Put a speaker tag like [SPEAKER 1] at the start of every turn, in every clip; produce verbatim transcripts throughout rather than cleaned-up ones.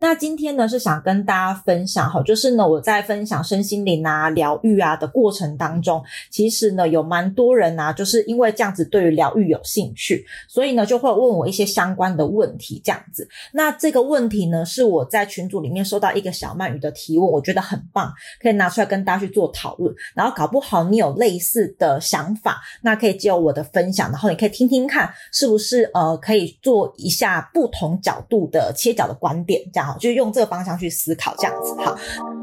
[SPEAKER 1] 那今天呢是想跟大家分享哈，就是呢我在分享身心灵啊疗愈啊的过程当中，其实呢有蛮多人啊就是因为这样子对于疗愈有兴趣，所以呢就会问我一些相关的问题这样子。那这个问题呢是我在群组里面收到一个小鳗鱼的提问，我觉得很棒，可以拿出来跟大家去做讨论，然后搞不好你有类似的想法，那可以借由我的分享，然后你可以听听看是不是呃可以做一下不同角度的切角的观点，这样就是用这个方向去思考这样子。好，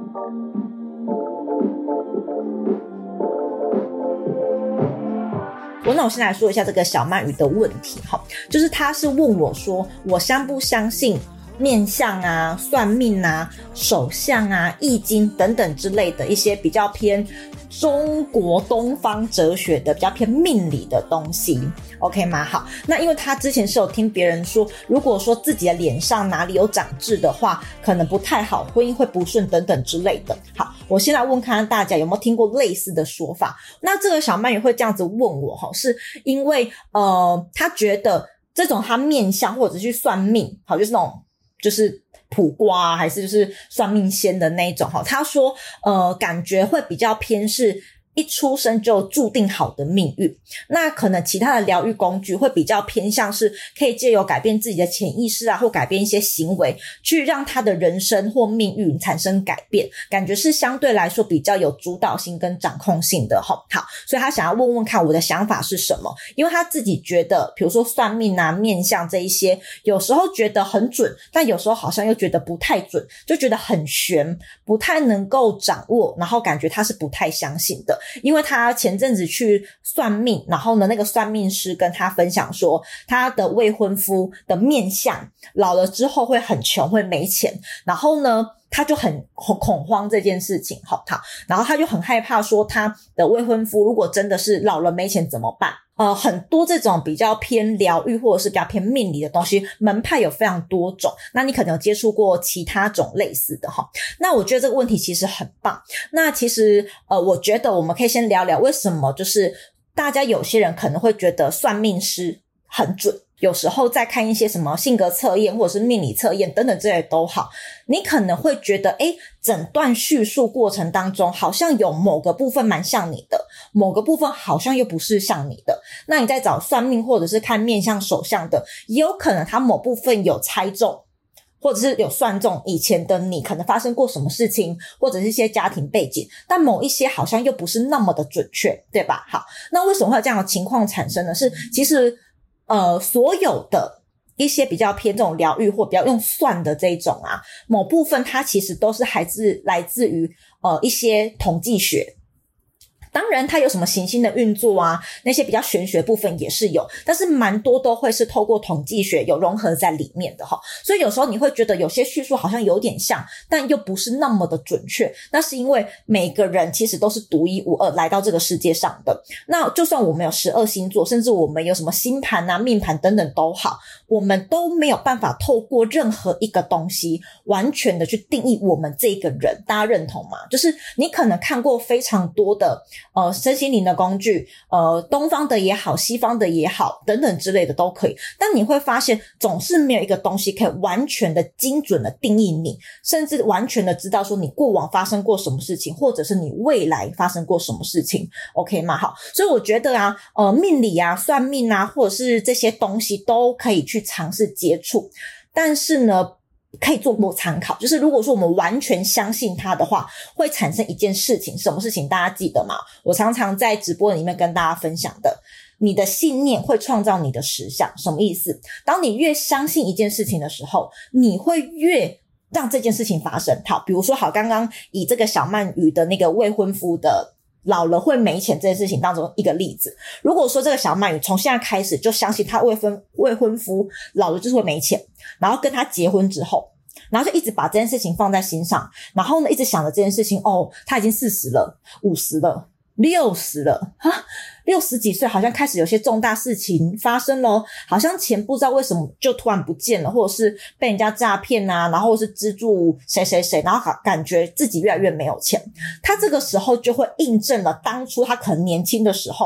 [SPEAKER 1] 我那我先来说一下这个小鳗鱼的问题，就是他是问我说我相不相信面相啊、算命啊、手相啊、易经等等之类的一些比较偏中国东方哲学的比较偏命理的东西 OK 吗？好，那因为他之前是有听别人说，如果说自己的脸上哪里有长痣的话可能不太好，婚姻会不顺等等之类的。好，我先来问看看大家有没有听过类似的说法。那这个小鳗鱼会这样子问我，是因为呃，他觉得这种他面相或者去算命，好，就是那种就是卜卦啊，还是就是算命仙的那一种，他说呃，感觉会比较偏是一出生就注定好的命运。那可能其他的疗愈工具会比较偏向是可以借由改变自己的潜意识啊，或改变一些行为去让他的人生或命运产生改变，感觉是相对来说比较有主导性跟掌控性的。好，所以他想要问问看我的想法是什么，因为他自己觉得比如说算命啊、面相这一些有时候觉得很准，但有时候好像又觉得不太准，就觉得很玄，不太能够掌握，然后感觉他是不太相信的。因为他前阵子去算命，然后呢那个算命师跟他分享说他的未婚夫的面相老了之后会很穷，会没钱，然后呢他就很恐慌这件事情。好，然后他就很害怕说他的未婚夫如果真的是老了没钱怎么办。呃，很多这种比较偏疗愈或者是比较偏命理的东西，门派有非常多种，那你可能有接触过其他种类似的齁。那我觉得这个问题其实很棒。那其实呃，我觉得我们可以先聊聊为什么就是大家有些人可能会觉得算命师很准，有时候在看一些什么性格测验或者是命理测验等等之类的都好，你可能会觉得诶，整段叙述过程当中好像有某个部分蛮像你的，某个部分好像又不是像你的。那你在找算命或者是看面相手相的，也有可能他某部分有猜中，或者是有算中以前的你可能发生过什么事情，或者是一些家庭背景，但某一些好像又不是那么的准确，对吧？好，那为什么会有这样的情况产生呢？是其实呃，所有的一些比较偏这种疗愈或比较用算的这种啊，某部分它其实都是还是来自于呃一些统计学。当然它有什么行星的运作啊，那些比较玄学部分也是有，但是蛮多都会是透过统计学有融合在里面的齁。所以有时候你会觉得有些叙述好像有点像，但又不是那么的准确，那是因为每个人其实都是独一无二来到这个世界上的。那就算我们有十二星座，甚至我们有什么星盘啊、命盘等等都好，我们都没有办法透过任何一个东西完全的去定义我们这个人，大家认同吗？就是你可能看过非常多的呃身心灵的工具，呃东方的也好，西方的也好等等之类的都可以，但你会发现总是没有一个东西可以完全的精准的定义你，甚至完全的知道说你过往发生过什么事情，或者是你未来发生过什么事情 OK 吗？好，所以我觉得啊呃命理啊、算命啊，或者是这些东西都可以去尝试接触，但是呢可以做过参考，就是如果说我们完全相信它的话，会产生一件事情，什么事情大家记得吗？我常常在直播里面跟大家分享的，你的信念会创造你的实相。什么意思？当你越相信一件事情的时候，你会越让这件事情发生。好，比如说好，刚刚以这个小鳗鱼的那个未婚夫的老了会没钱这件事情当中一个例子，如果说这个小鳗鱼从现在开始就相信他未婚未婚夫老了就是会没钱，然后跟他结婚之后，然后就一直把这件事情放在心上，然后呢一直想着这件事情，哦他已经四十了、五十了、六十了啊，六十几岁好像开始有些重大事情发生咯，好像钱不知道为什么就突然不见了，或者是被人家诈骗啊，然后或是资助谁谁谁，然后感觉自己越来越没有钱。他这个时候就会印证了当初他可能年轻的时候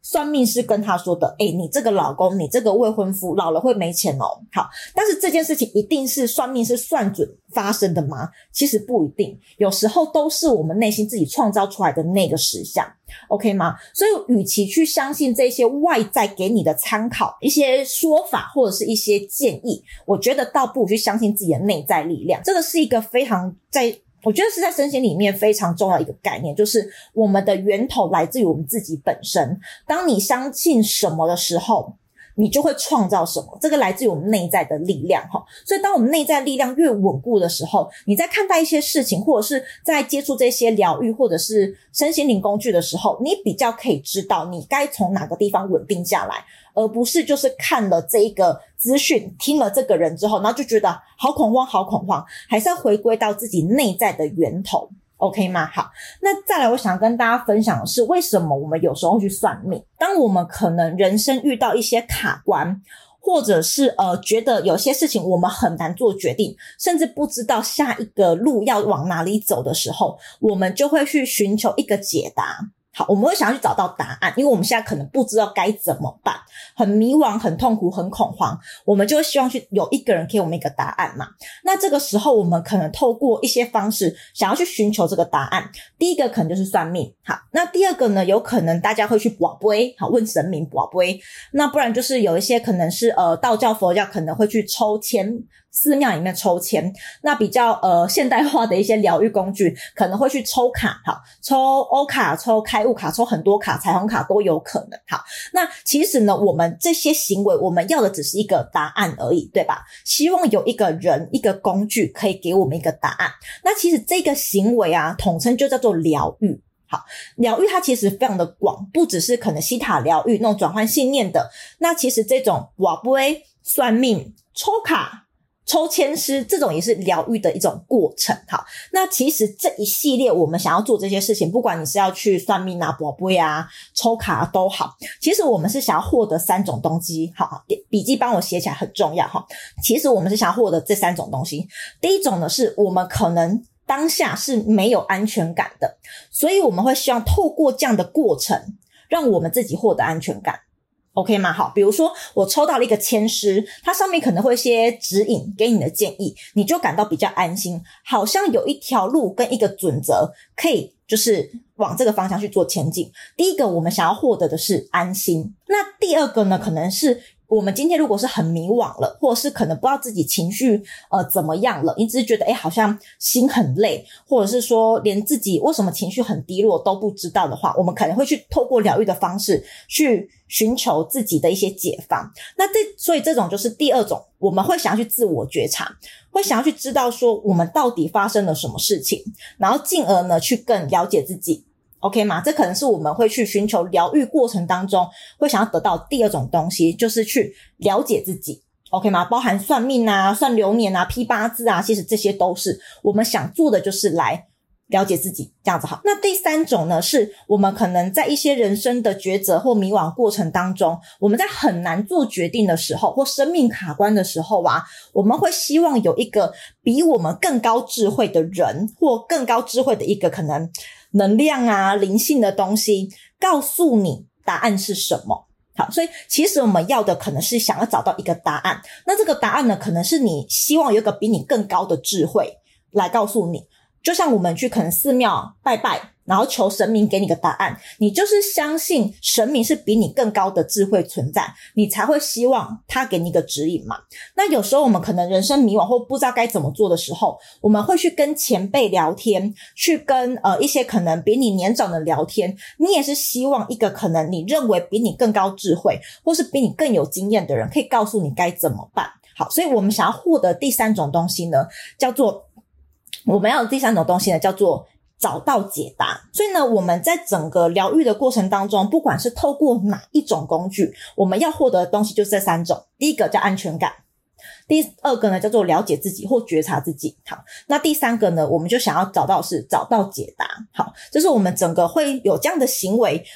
[SPEAKER 1] 算命师跟他说的，诶，你这个老公，你这个未婚夫老了会没钱哦。好，但是这件事情一定是算命师算准发生的吗？其实不一定，有时候都是我们内心自己创造出来的那个实相 OK 吗？所以与其去相信这些外在给你的参考一些说法或者是一些建议，我觉得倒不如去相信自己的内在力量。这个是一个非常在我觉得是在身心里面非常重要的一个概念，就是我们的源头来自于我们自己本身。当你相信什么的时候，你就会创造什么，这个来自于我们内在的力量。所以当我们内在力量越稳固的时候，你在看待一些事情，或者是在接触这些疗愈或者是身心灵工具的时候，你比较可以知道你该从哪个地方稳定下来，而不是就是看了这一个资讯，听了这个人之后，然后就觉得好恐慌好恐慌，还是要回归到自己内在的源头。OK 吗？好，那再来我想跟大家分享的是，为什么我们有时候去算命，当我们可能人生遇到一些卡关，或者是呃觉得有些事情我们很难做决定，甚至不知道下一个路要往哪里走的时候，我们就会去寻求一个解答。好，我们会想要去找到答案，因为我们现在可能不知道该怎么办，很迷惘很痛苦很恐慌，我们就会希望去有一个人给我们一个答案嘛。那这个时候我们可能透过一些方式想要去寻求这个答案。第一个可能就是算命，好，那第二个呢，有可能大家会去卜杯，好，问神明卜杯。那不然就是有一些可能是呃道教佛教可能会去抽签，寺庙里面抽签。那比较呃现代化的一些疗愈工具可能会去抽卡，好，抽欧卡，抽开悟卡，抽很多卡，彩虹卡都有可能。好，那其实呢，我们这些行为我们要的只是一个答案而已，对吧？希望有一个人一个工具可以给我们一个答案。那其实这个行为啊，统称就叫做疗愈。好，疗愈它其实非常的广，不只是可能西塔疗愈那种转换信念的，那其实这种卜杯、算命、抽卡、抽签师，这种也是疗愈的一种过程。好，那其实这一系列我们想要做这些事情，不管你是要去算命啊、卜杯啊、抽卡啊都好，其实我们是想要获得三种东西。好，笔记帮我写起来很重要哈。其实我们是想要获得这三种东西。第一种呢，是我们可能当下是没有安全感的，所以我们会希望透过这样的过程让我们自己获得安全感。OK 吗？好，比如说我抽到了一个签师，它上面可能会一些指引给你的建议，你就感到比较安心，好像有一条路跟一个准则可以就是往这个方向去做前进。第一个我们想要获得的是安心。那第二个呢，可能是我们今天如果是很迷惘了，或者是可能不知道自己情绪呃怎么样了，你只是觉得诶好像心很累，或者是说连自己为什么情绪很低落都不知道的话，我们可能会去透过疗愈的方式去寻求自己的一些解放。那这所以这种就是第二种，我们会想要去自我觉察，会想要去知道说我们到底发生了什么事情，然后进而呢去更了解自己。OK 吗？这可能是我们会去寻求疗愈过程当中会想要得到第二种东西，就是去了解自己。OK 吗？包含算命啊、算流年啊、批八字啊，其实这些都是我们想做的，就是来了解自己，这样子好。那第三种呢，是我们可能在一些人生的抉择或迷惘过程当中，我们在很难做决定的时候，或生命卡关的时候啊，我们会希望有一个比我们更高智慧的人，或更高智慧的一个可能能量啊、灵性的东西，告诉你答案是什么。好，所以其实我们要的可能是想要找到一个答案。那这个答案呢，可能是你希望有一个比你更高的智慧来告诉你。就像我们去可能寺庙拜拜，然后求神明给你个答案，你就是相信神明是比你更高的智慧存在，你才会希望他给你一个指引嘛。那有时候我们可能人生迷惘或不知道该怎么做的时候，我们会去跟前辈聊天，去跟呃一些可能比你年长的聊天，你也是希望一个可能你认为比你更高智慧或是比你更有经验的人可以告诉你该怎么办。好，所以我们想要获得第三种东西呢，叫做我们要的第三种东西呢，叫做找到解答。所以呢，我们在整个疗愈的过程当中，不管是透过哪一种工具，我们要获得的东西就是这三种。第一个叫安全感，第二个呢叫做了解自己或觉察自己。好，那第三个呢，我们就想要找到是找到解答。好，这是我们整个会有这样的行为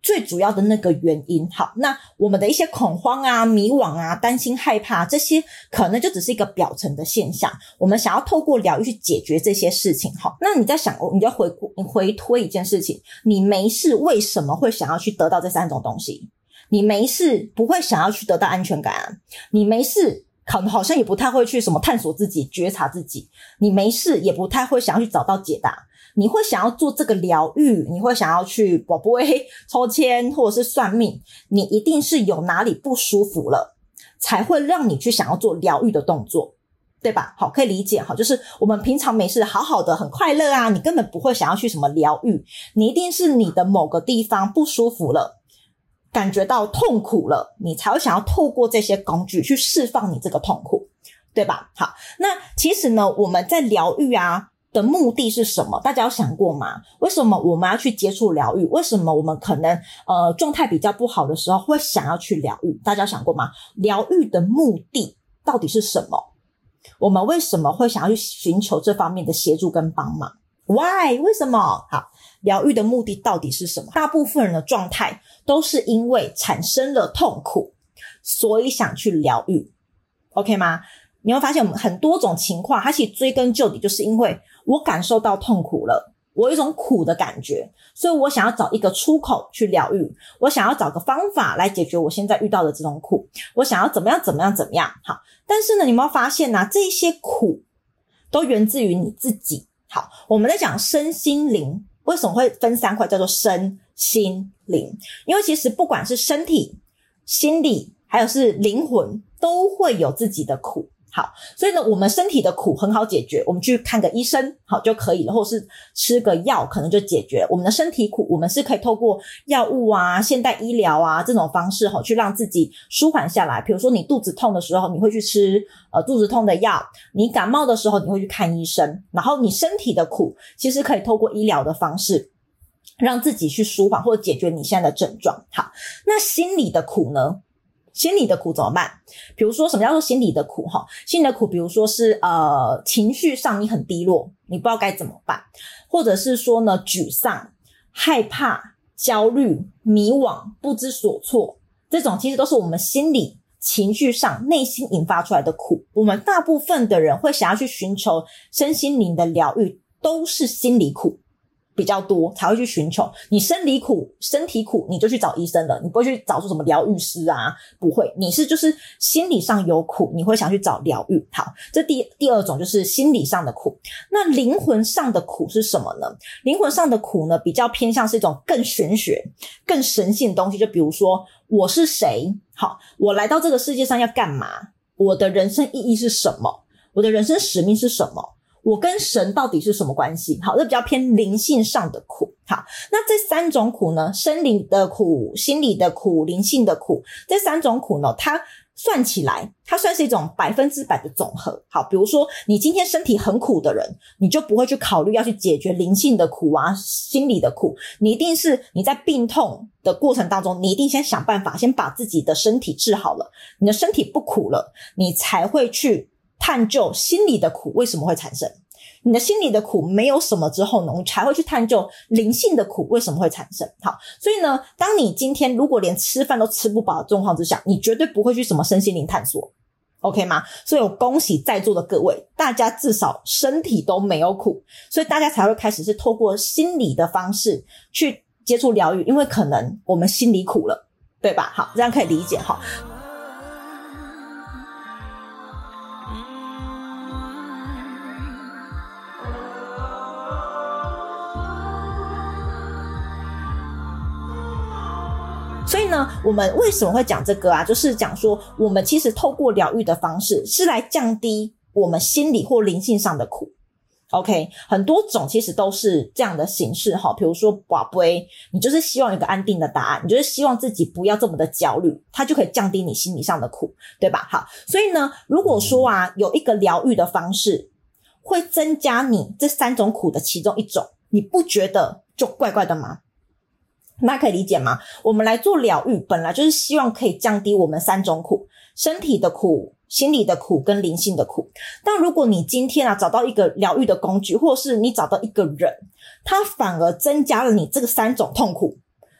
[SPEAKER 1] 最主要的那个原因。好，那我们的一些恐慌啊、迷惘啊、担心、害怕，这些可能就只是一个表层的现象，我们想要透过疗愈去解决这些事情。好，那你在想，你就回顾你回推一件事情，你没事为什么会想要去得到这三种东西？你没事不会想要去得到安全感啊，你没事好像也不太会去什么探索自己、觉察自己，你没事也不太会想要去找到解答。你会想要做这个疗愈，你会想要去宝贝抽签或者是算命，你一定是有哪里不舒服了，才会让你去想要做疗愈的动作，对吧？好，可以理解。好，就是我们平常没事好好的很快乐啊，你根本不会想要去什么疗愈，你一定是你的某个地方不舒服了，感觉到痛苦了，你才会想要透过这些工具去释放你这个痛苦，对吧？好，那其实呢，我们在疗愈啊的目的是什么？大家有想过吗？为什么我们要去接触疗愈？为什么我们可能呃状态比较不好的时候会想要去疗愈？大家有想过吗？疗愈的目的到底是什么？我们为什么会想要去寻求这方面的协助跟帮忙？ Why？ 为什么？好，疗愈的目的到底是什么？大部分人的状态都是因为产生了痛苦，所以想去疗愈， OK 吗？你会发现我们很多种情况，它其实追根究底就是因为我感受到痛苦了，我有一种苦的感觉，所以我想要找一个出口去疗愈，我想要找个方法来解决我现在遇到的这种苦，我想要怎么样怎么样怎么样。好，但是呢，你有没有发现啊，这些苦都源自于你自己。好，我们在讲身心灵，为什么会分三块叫做身心灵？因为其实不管是身体、心理还有是灵魂，都会有自己的苦。好，所以呢，我们身体的苦很好解决，我们去看个医生好就可以了，或是吃个药可能就解决了。我们的身体苦，我们是可以透过药物啊、现代医疗啊这种方式好去让自己舒缓下来。比如说你肚子痛的时候，你会去吃呃肚子痛的药；你感冒的时候，你会去看医生。然后你身体的苦，其实可以透过医疗的方式让自己去舒缓或者解决你现在的症状。好，那心理的苦呢？心理的苦怎么办？比如说什么叫做心理的苦齁？心理的苦比如说是呃情绪上你很低落，你不知道该怎么办，或者是说呢沮丧、害怕、焦虑、迷惘、不知所措，这种其实都是我们心理情绪上内心引发出来的苦。我们大部分的人会想要去寻求身心灵的疗愈，都是心理苦比较多才会去寻求。你生理苦、身体苦，你就去找医生了，你不会去找出什么疗愈师啊，不会。你是就是心理上有苦，你会想去找疗愈。好，这第第二种就是心理上的苦。那灵魂上的苦是什么呢？灵魂上的苦呢，比较偏向是一种更玄学、更神性的东西。就比如说我是谁？好，我来到这个世界上要干嘛？我的人生意义是什么？我的人生使命是什么？我跟神到底是什么关系？好，这比较偏灵性上的苦。好，那这三种苦呢，生理的苦、心理的苦、灵性的苦，这三种苦呢，它算起来，它算是一种百分之百的总和。好，比如说你今天身体很苦的人，你就不会去考虑要去解决灵性的苦啊、心理的苦，你一定是你在病痛的过程当中，你一定先想办法，先把自己的身体治好了，你的身体不苦了，你才会去探究心理的苦为什么会产生。你的心理的苦没有什么之后呢，你才会去探究灵性的苦为什么会产生。好，所以呢，当你今天如果连吃饭都吃不饱的状况之下，你绝对不会去什么身心灵探索， OK 吗？所以我恭喜在座的各位，大家至少身体都没有苦，所以大家才会开始是透过心理的方式去接触疗愈，因为可能我们心里苦了，对吧？好，这样可以理解。好，所以呢，我们为什么会讲这个啊？就是讲说，我们其实透过疗愈的方式，是来降低我们心理或灵性上的苦。OK， 很多种其实都是这样的形式哈。比如说拔杯，你就是希望有一个安定的答案，你就是希望自己不要这么的焦虑，它就可以降低你心理上的苦，对吧？好，所以呢，如果说啊，有一个疗愈的方式，会增加你这三种苦的其中一种，你不觉得就怪怪的吗？大家可以理解吗？我们来做疗愈，本来就是希望可以降低我们三种苦，身体的苦、心理的苦跟灵性的苦。但如果你今天啊找到一个疗愈的工具，或是你找到一个人，他反而增加了你这个三种痛苦，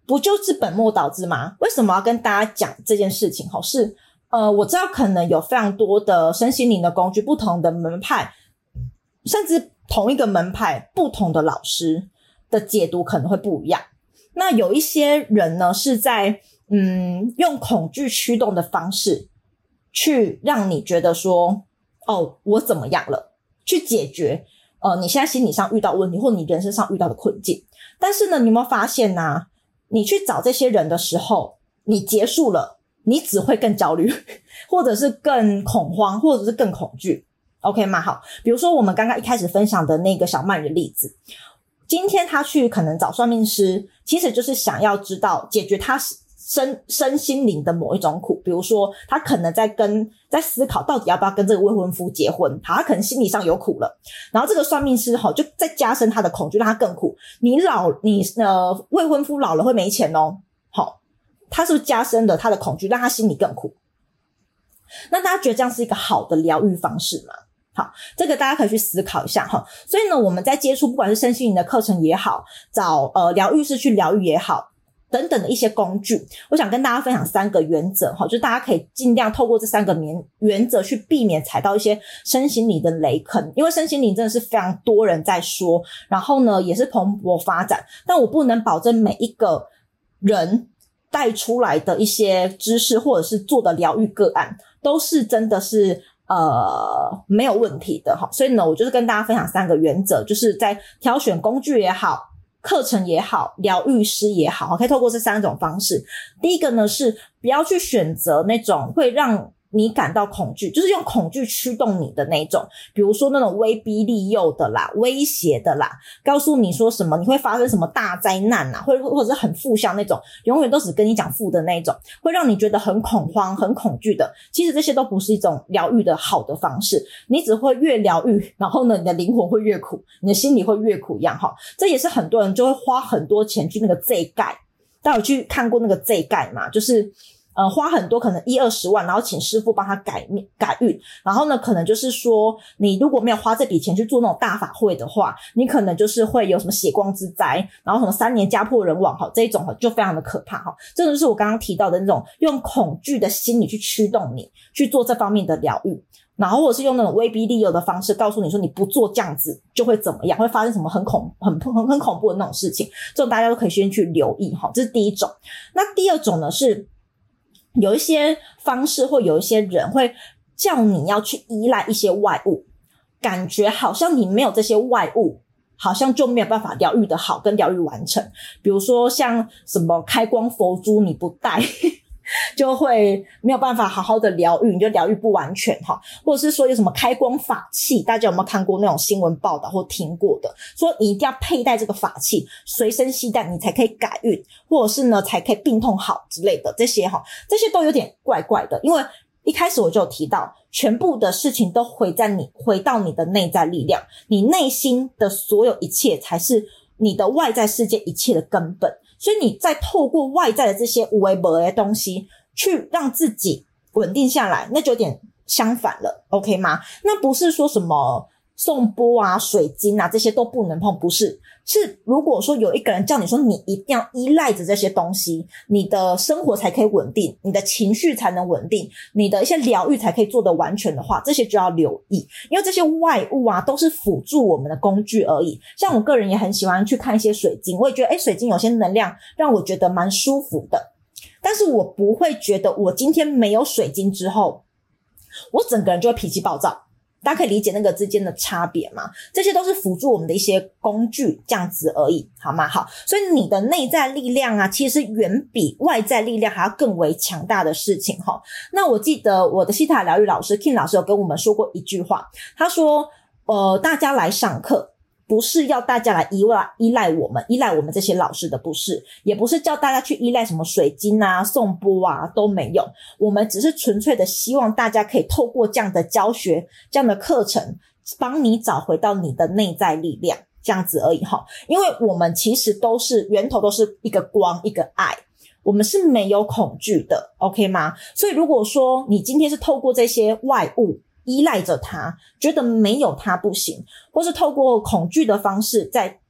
[SPEAKER 1] 不就是本末倒置吗？为什么要跟大家讲这件事情？是呃，我知道可能有非常多的身心灵的工具，不同的门派，甚至同一个门派不同的老师的解读可能会不一样。那有一些人呢是在嗯用恐惧驱动的方式去让你觉得说，哦，我怎么样了，去解决呃你现在心理上遇到问题或你人生上遇到的困境。但是呢，你有没有发现啊，你去找这些人的时候，你结束了，你只会更焦虑，或者是更恐慌，或者是更恐惧。OK 吗？好，比如说我们刚刚一开始分享的那个小曼的例子，今天他去可能找算命师，其实就是想要知道解决他身身心灵的某一种苦。比如说他可能在跟在思考到底要不要跟这个未婚夫结婚，好，他可能心理上有苦了，然后这个算命师齁就再加深他的恐惧，让他更苦。你老你呃未婚夫老了会没钱哦，好，他是不是加深了他的恐惧，让他心里更苦？那大家觉得这样是一个好的疗愈方式吗？好，这个大家可以去思考一下哈。所以呢，我们在接触不管是身心灵的课程也好，找呃疗愈师去疗愈也好，等等的一些工具，我想跟大家分享三个原则哈，就是大家可以尽量透过这三个原则去避免踩到一些身心灵的雷坑。因为身心灵真的是非常多人在说，然后呢也是蓬勃发展，但我不能保证每一个人带出来的一些知识或者是做的疗愈个案都是真的是呃没有问题的哈。所以呢，我就是跟大家分享三个原则，就是在挑选工具也好，课程也好，疗愈师也好，可以透过这三种方式。第一个呢是不要去选择那种会让你感到恐惧，就是用恐惧驱动你的那种，比如说那种威逼利诱的啦，威胁的啦，告诉你说什么你会发生什么大灾难啊，或或者是很负向那种，永远都只跟你讲负的那种，会让你觉得很恐慌很恐惧的。其实这些都不是一种疗愈的好的方式，你只会越疗愈，然后呢你的灵魂会越苦，你的心里会越苦一样齁。这也是很多人就会花很多钱去那个 Z 盖，大家有去看过那个 Z 盖吗？就是呃，花很多可能一二十万，然后请师傅帮他改改运，然后呢，可能就是说，你如果没有花这笔钱去做那种大法会的话，你可能就是会有什么血光之灾，然后什么三年家破人亡哈，这一种哈就非常的可怕哈。这就是我刚刚提到的那种用恐惧的心理去驱动你去做这方面的疗愈，然后或者是用那种威逼利诱的方式告诉你说你不做这样子就会怎么样，会发生什么很恐很很很恐怖的那种事情，这种大家都可以先去留意哈。这是第一种。那第二种呢是，有一些方式或有一些人会叫你要去依赖一些外物，感觉好像你没有这些外物，好像就没有办法疗愈的好跟疗愈完成。比如说像什么开光佛珠你不带就会没有办法好好的疗愈，你就疗愈不完全哈。或者是说有什么开光法器，大家有没有看过那种新闻报道或听过的，说你一定要佩戴这个法器，随身携带你才可以改运，或者是呢才可以病痛好之类的，这些哈，这些都有点怪怪的。因为一开始我就有提到，全部的事情都回在你回到你的内在力量，你内心的所有一切才是你的外在世界一切的根本。所以你再透过外在的这些有的没的东西去让自己稳定下来，那就有点相反了 OK 吗？那不是说什么颂钵啊水晶啊这些都不能碰，不是，是如果说有一个人叫你说你一定要依赖着这些东西，你的生活才可以稳定，你的情绪才能稳定，你的一些疗愈才可以做得完全的话，这些就要留意。因为这些外物啊都是辅助我们的工具而已。像我个人也很喜欢去看一些水晶，我也觉得诶水晶有些能量让我觉得蛮舒服的，但是我不会觉得我今天没有水晶之后我整个人就会脾气暴躁，大家可以理解那个之间的差别吗？这些都是辅助我们的一些工具，这样子而已，好吗？好，所以你的内在力量啊，其实远比外在力量还要更为强大的事情齁。那我记得我的西塔疗愈老师 King 老师有跟我们说过一句话，他说呃，大家来上课不是要大家来依赖依赖我们依赖我们这些老师的，不是，也不是叫大家去依赖什么水晶啊颂钵啊，都没有。我们只是纯粹的希望大家可以透过这样的教学这样的课程帮你找回到你的内在力量，这样子而已齁。因为我们其实都是源头，都是一个光一个爱，我们是没有恐惧的 OK 吗？所以如果说你今天是透过这些外物依赖着它，觉得没有它不行，或是透过恐惧的方式再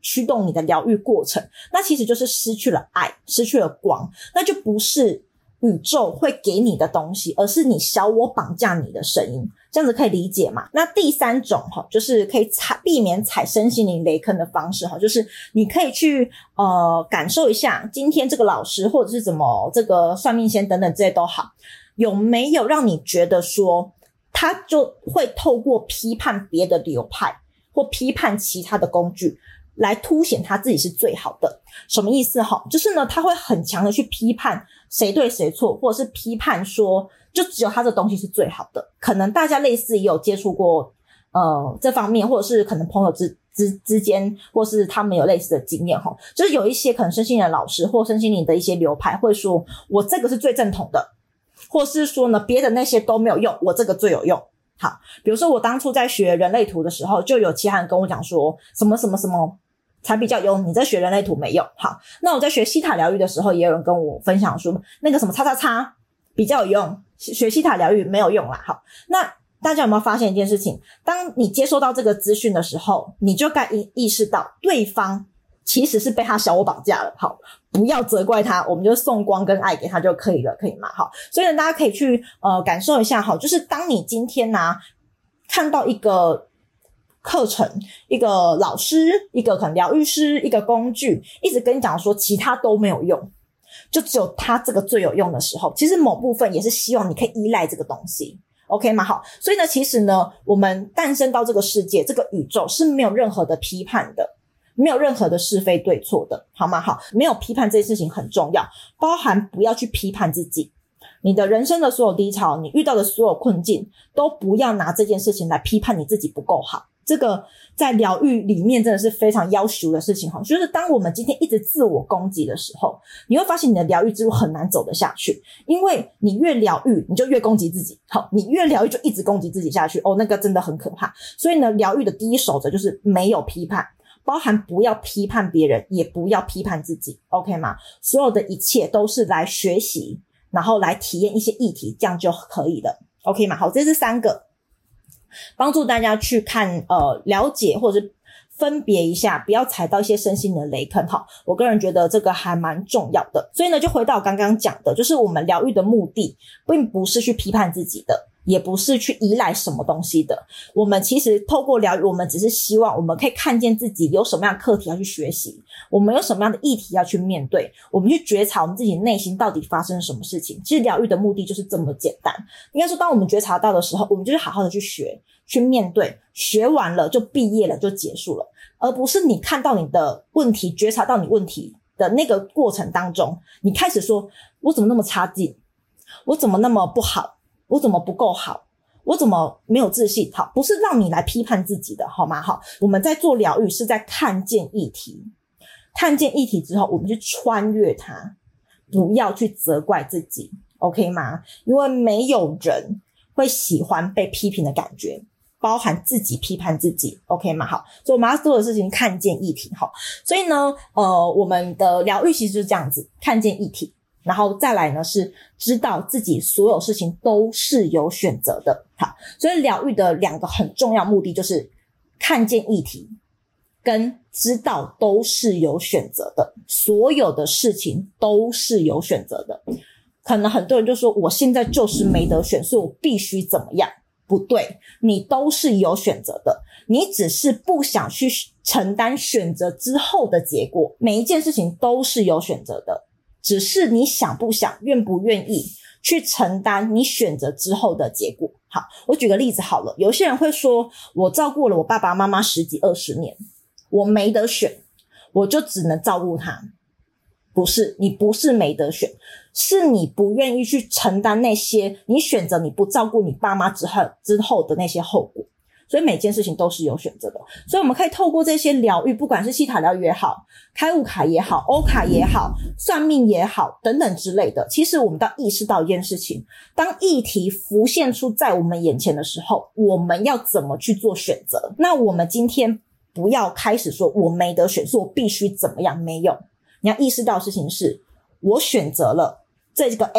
[SPEAKER 1] 驱动你的疗愈过程，那其实就是失去了爱，失去了光，那就不是宇宙会给你的东西，而是你小我绑架你的声音，这样子可以理解吗？那第三种就是可以踩避免踩身心灵雷坑的方式，就是你可以去呃感受一下今天这个老师或者是怎么这个算命先等等这些都好，有没有让你觉得说他就会透过批判别的流派或批判其他的工具来凸显他自己是最好的。什么意思齁？就是呢他会很强的去批判谁对谁错，或者是批判说就只有他这东西是最好的。可能大家类似也有接触过呃这方面，或者是可能朋友之之之间，或是他们有类似的经验齁，就是有一些可能身心灵的老师或身心灵的一些流派会说我这个是最正统的，或是说呢别的那些都没有用，我这个最有用。好，比如说我当初在学人类图的时候，就有其他人跟我讲说什么什么什么才比较用，你在学人类图没用。好，那我在学西塔疗愈的时候，也有人跟我分享说那个什么叉叉叉比较有用，学西塔疗愈没有用啦。好，那大家有没有发现一件事情？当你接收到这个资讯的时候，你就该意识到对方其实是被他小我绑架了。好，不要责怪他，我们就送光跟爱给他就可以了，可以吗？好，所以呢大家可以去呃感受一下。好，就是当你今天啊看到一个课程，一个老师，一个可能疗愈师，一个工具一直跟你讲说其他都没有用，就只有他这个最有用的时候，其实某部分也是希望你可以依赖这个东西。OK 吗？好，所以呢其实呢我们诞生到这个世界，这个宇宙是没有任何的批判的，没有任何的是非对错的，好吗？好，没有批判这件事情很重要，包含不要去批判自己，你的人生的所有低潮，你遇到的所有困境，都不要拿这件事情来批判你自己不够好。这个在疗愈里面真的是非常要求的事情，就是当我们今天一直自我攻击的时候，你会发现你的疗愈之路很难走得下去，因为你越疗愈你就越攻击自己。好，你越疗愈就一直攻击自己下去，哦，那个真的很可怕。所以呢疗愈的第一守则就是没有批判，包含不要批判别人，也不要批判自己。 OK 吗？所有的一切都是来学习，然后来体验一些议题，这样就可以了。 OK 吗？好，这是三个帮助大家去看呃了解或者是分别一下，不要踩到一些身心的雷坑。好，我个人觉得这个还蛮重要的。所以呢就回到我刚刚讲的，就是我们疗愈的目的并不是去批判自己的，也不是去依赖什么东西的。我们其实透过疗愈，我们只是希望我们可以看见自己有什么样的课题要去学习，我们有什么样的议题要去面对，我们去觉察我们自己内心到底发生什么事情。其实疗愈的目的就是这么简单。应该说当我们觉察到的时候，我们就是好好的去学，去面对，学完了就毕业了，就结束了，而不是你看到你的问题，觉察到你问题的那个过程当中，你开始说我怎么那么差劲，我怎么那么不好，我怎么不够好，我怎么没有自信。好，不是让你来批判自己的，好吗？好，我们在做疗愈是在看见议题，看见议题之后我们去穿越它，不要去责怪自己。 OK 吗？因为没有人会喜欢被批评的感觉，包含自己批判自己。 OK 吗？好，所以我们要做的事情看见议题。好，所以呢呃，我们的疗愈其实就是这样子，看见议题，然后再来呢是知道自己所有事情都是有选择的。好，所以疗愈的两个很重要目的就是看见议题跟知道都是有选择的，所有的事情都是有选择的。可能很多人就说我现在就是没得选，所以我必须怎么样。不对，你都是有选择的，你只是不想去承担选择之后的结果。每一件事情都是有选择的，只是你想不想，愿不愿意去承担你选择之后的结果。好，我举个例子好了，有些人会说我照顾了我爸爸妈妈十几二十年，我没得选，我就只能照顾他。不是，你不是没得选，是你不愿意去承担那些你选择你不照顾你爸妈之后之后的那些后果。所以每件事情都是有选择的，所以我们可以透过这些疗愈，不管是西塔疗愈也好，开悟卡也好，欧卡也好，算命也好等等之类的，其实我们都要意识到一件事情，当议题浮现出在我们眼前的时候，我们要怎么去做选择。那我们今天不要开始说我没得选，所以我必须怎么样，没有，你要意识到的事情是我选择了这个 A，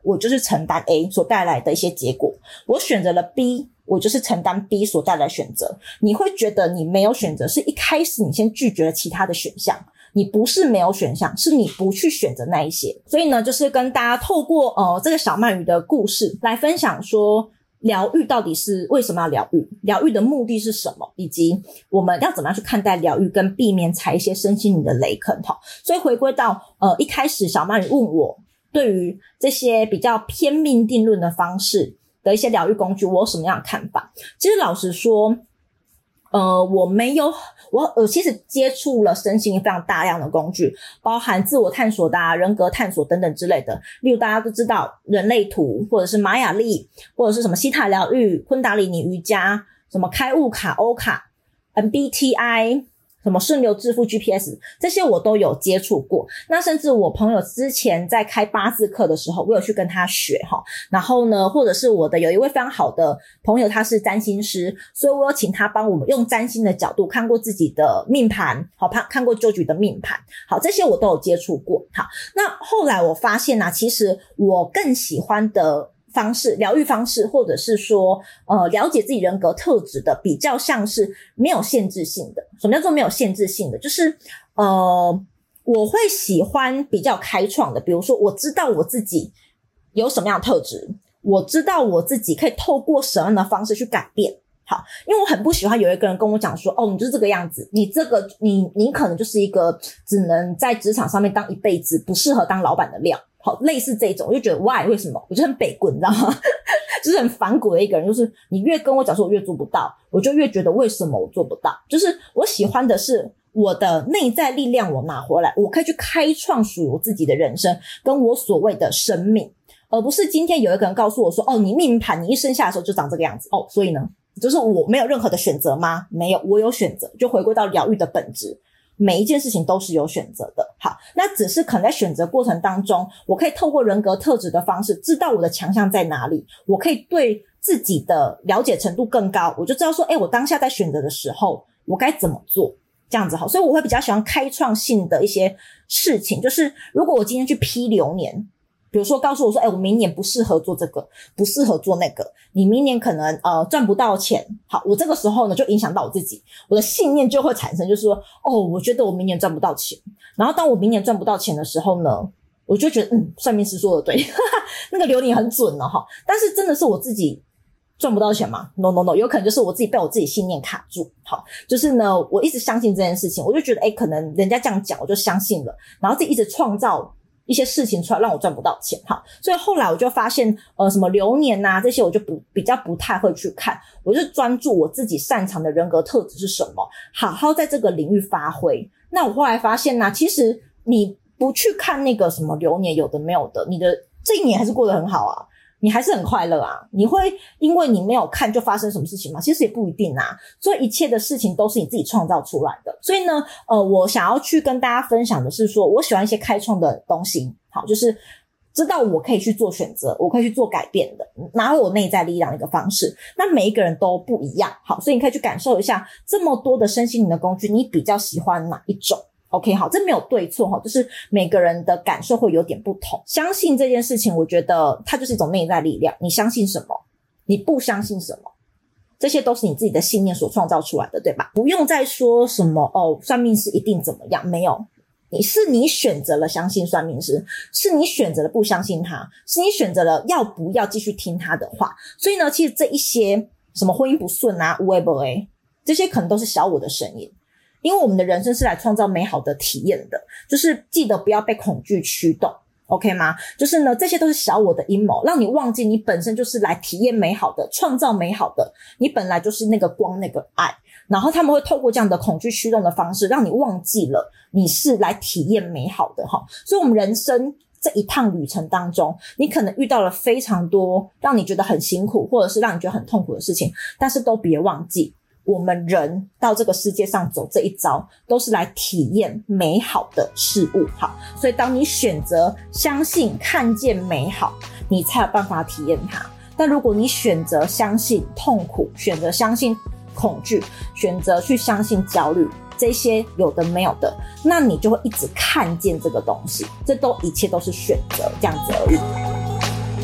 [SPEAKER 1] 我就是承担 A 所带来的一些结果，我选择了 B， 我就是承担 B 所带来的选择。你会觉得你没有选择，是一开始你先拒绝了其他的选项，你不是没有选项，是你不去选择那一些。所以呢，就是跟大家透过呃这个小鳗鱼的故事来分享说，疗愈到底是为什么要疗愈，疗愈的目的是什么，以及我们要怎么样去看待疗愈，跟避免踩一些身心灵的雷坑。所以回归到呃一开始小鳗鱼问我对于这些比较偏命定论的方式的一些疗愈工具我有什么样的看法。其实老实说呃，我没有，我我其实接触了身心灵非常大量的工具，包含自我探索的啊、人格探索等等之类的。例如大家都知道人类图，或者是玛雅历，或者是什么西塔疗愈、昆达里尼瑜伽、什么开悟卡、欧卡、M B T I， 什么顺流致富 G P S， 这些我都有接触过。那甚至我朋友之前在开八字课的时候，我有去跟他学齁。然后呢，或者是我的有一位非常好的朋友，他是占星师，所以我有请他帮我们用占星的角度看过自己的命盘，好，看过啾啾的命盘，好，这些我都有接触过。好，那后来我发现啊，其实我更喜欢的方式，疗愈方式，或者是说呃了解自己人格特质的，比较像是没有限制性的。什么叫做没有限制性的？就是呃我会喜欢比较开创的，比如说我知道我自己有什么样的特质，我知道我自己可以透过什么样的方式去改变。好，因为我很不喜欢有一个人跟我讲说，哦，你就是这个样子，你这个你你可能就是一个只能在职场上面当一辈子，不适合当老板的料。好，类似这种，我就觉得 why 为什么？我就很北棍，你知道吗？就是很反骨的一个人，就是你越跟我讲说我越做不到，我就越觉得为什么我做不到。就是我喜欢的是我的内在力量我拿回来，我可以去开创属于我自己的人生，跟我所谓的生命，而不是今天有一个人告诉我说，哦，你命盘你一生下的时候就长这个样子，哦，所以呢，就是我没有任何的选择吗？没有，我有选择，就回归到疗愈的本质。每一件事情都是有选择的。好，那只是可能在选择过程当中，我可以透过人格特质的方式知道我的强项在哪里，我可以对自己的了解程度更高，我就知道说，诶，我当下在选择的时候我该怎么做，这样子。好，所以我会比较喜欢开创性的一些事情，就是如果我今天去批流年，比如说告诉我说，诶，我明年不适合做这个，不适合做那个，你明年可能呃赚不到钱。好，我这个时候呢就影响到我自己，我的信念就会产生，就是说，哦，我觉得我明年赚不到钱。然后当我明年赚不到钱的时候呢，我就觉得嗯，算命师说的对，那个流年很准了齁。但是真的是我自己赚不到钱吗？ No No No， 有可能就是我自己被我自己信念卡住。好，就是呢我一直相信这件事情，我就觉得诶可能人家这样讲我就相信了，然后自己一直创造一些事情出来让我赚不到钱。好，所以后来我就发现呃什么流年啊这些我就不比较不太会去看，我就专注我自己擅长的人格特质是什么，好好在这个领域发挥。那我后来发现呢、啊，其实你不去看那个什么流年有的没有的，你的这一年还是过得很好啊，你还是很快乐啊。你会因为你没有看就发生什么事情吗？其实也不一定啊。所以一切的事情都是你自己创造出来的。所以呢呃，我想要去跟大家分享的是说，我喜欢一些开创的东西。好，就是知道我可以去做选择，我可以去做改变的，拿回我内在力量的一个方式。那每一个人都不一样。好，所以你可以去感受一下这么多的身心灵的工具，你比较喜欢哪一种。OK， 好，这没有对错，就是每个人的感受会有点不同。相信这件事情，我觉得它就是一种内在力量。你相信什么，你不相信什么，这些都是你自己的信念所创造出来的，对吧？不用再说什么哦，算命师一定怎么样，没有。你是你选择了相信算命师，是你选择了不相信他，是你选择了要不要继续听他的话。所以呢，其实这一些什么婚姻不顺啊，有的没的，这些可能都是小我的声音。因为我们的人生是来创造美好的体验的，就是记得不要被恐惧驱动 OK 吗？就是呢这些都是小我的阴谋，让你忘记你本身就是来体验美好的，创造美好的，你本来就是那个光那个爱。然后他们会透过这样的恐惧驱动的方式，让你忘记了你是来体验美好的齁。所以我们人生这一趟旅程当中，你可能遇到了非常多让你觉得很辛苦或者是让你觉得很痛苦的事情，但是都别忘记，我们人到这个世界上走这一遭都是来体验美好的事物。好，所以当你选择相信看见美好，你才有办法体验它。但如果你选择相信痛苦，选择相信恐惧，选择去相信焦虑，这些有的没有的，那你就会一直看见这个东西，这都一切都是选择，这样子而已。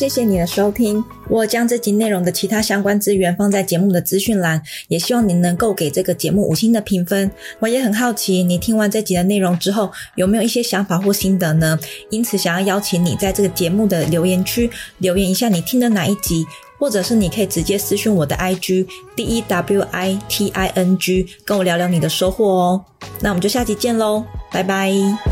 [SPEAKER 1] 谢谢你的收听，我将这集内容的其他相关资源放在节目的资讯栏，也希望你能够给这个节目五星的评分。我也很好奇你听完这集的内容之后有没有一些想法或心得呢？因此想要邀请你在这个节目的留言区留言一下你听的哪一集，或者是你可以直接私讯我的 I G D E W I T I N G 跟我聊聊你的收获哦。那我们就下集见咯，拜拜。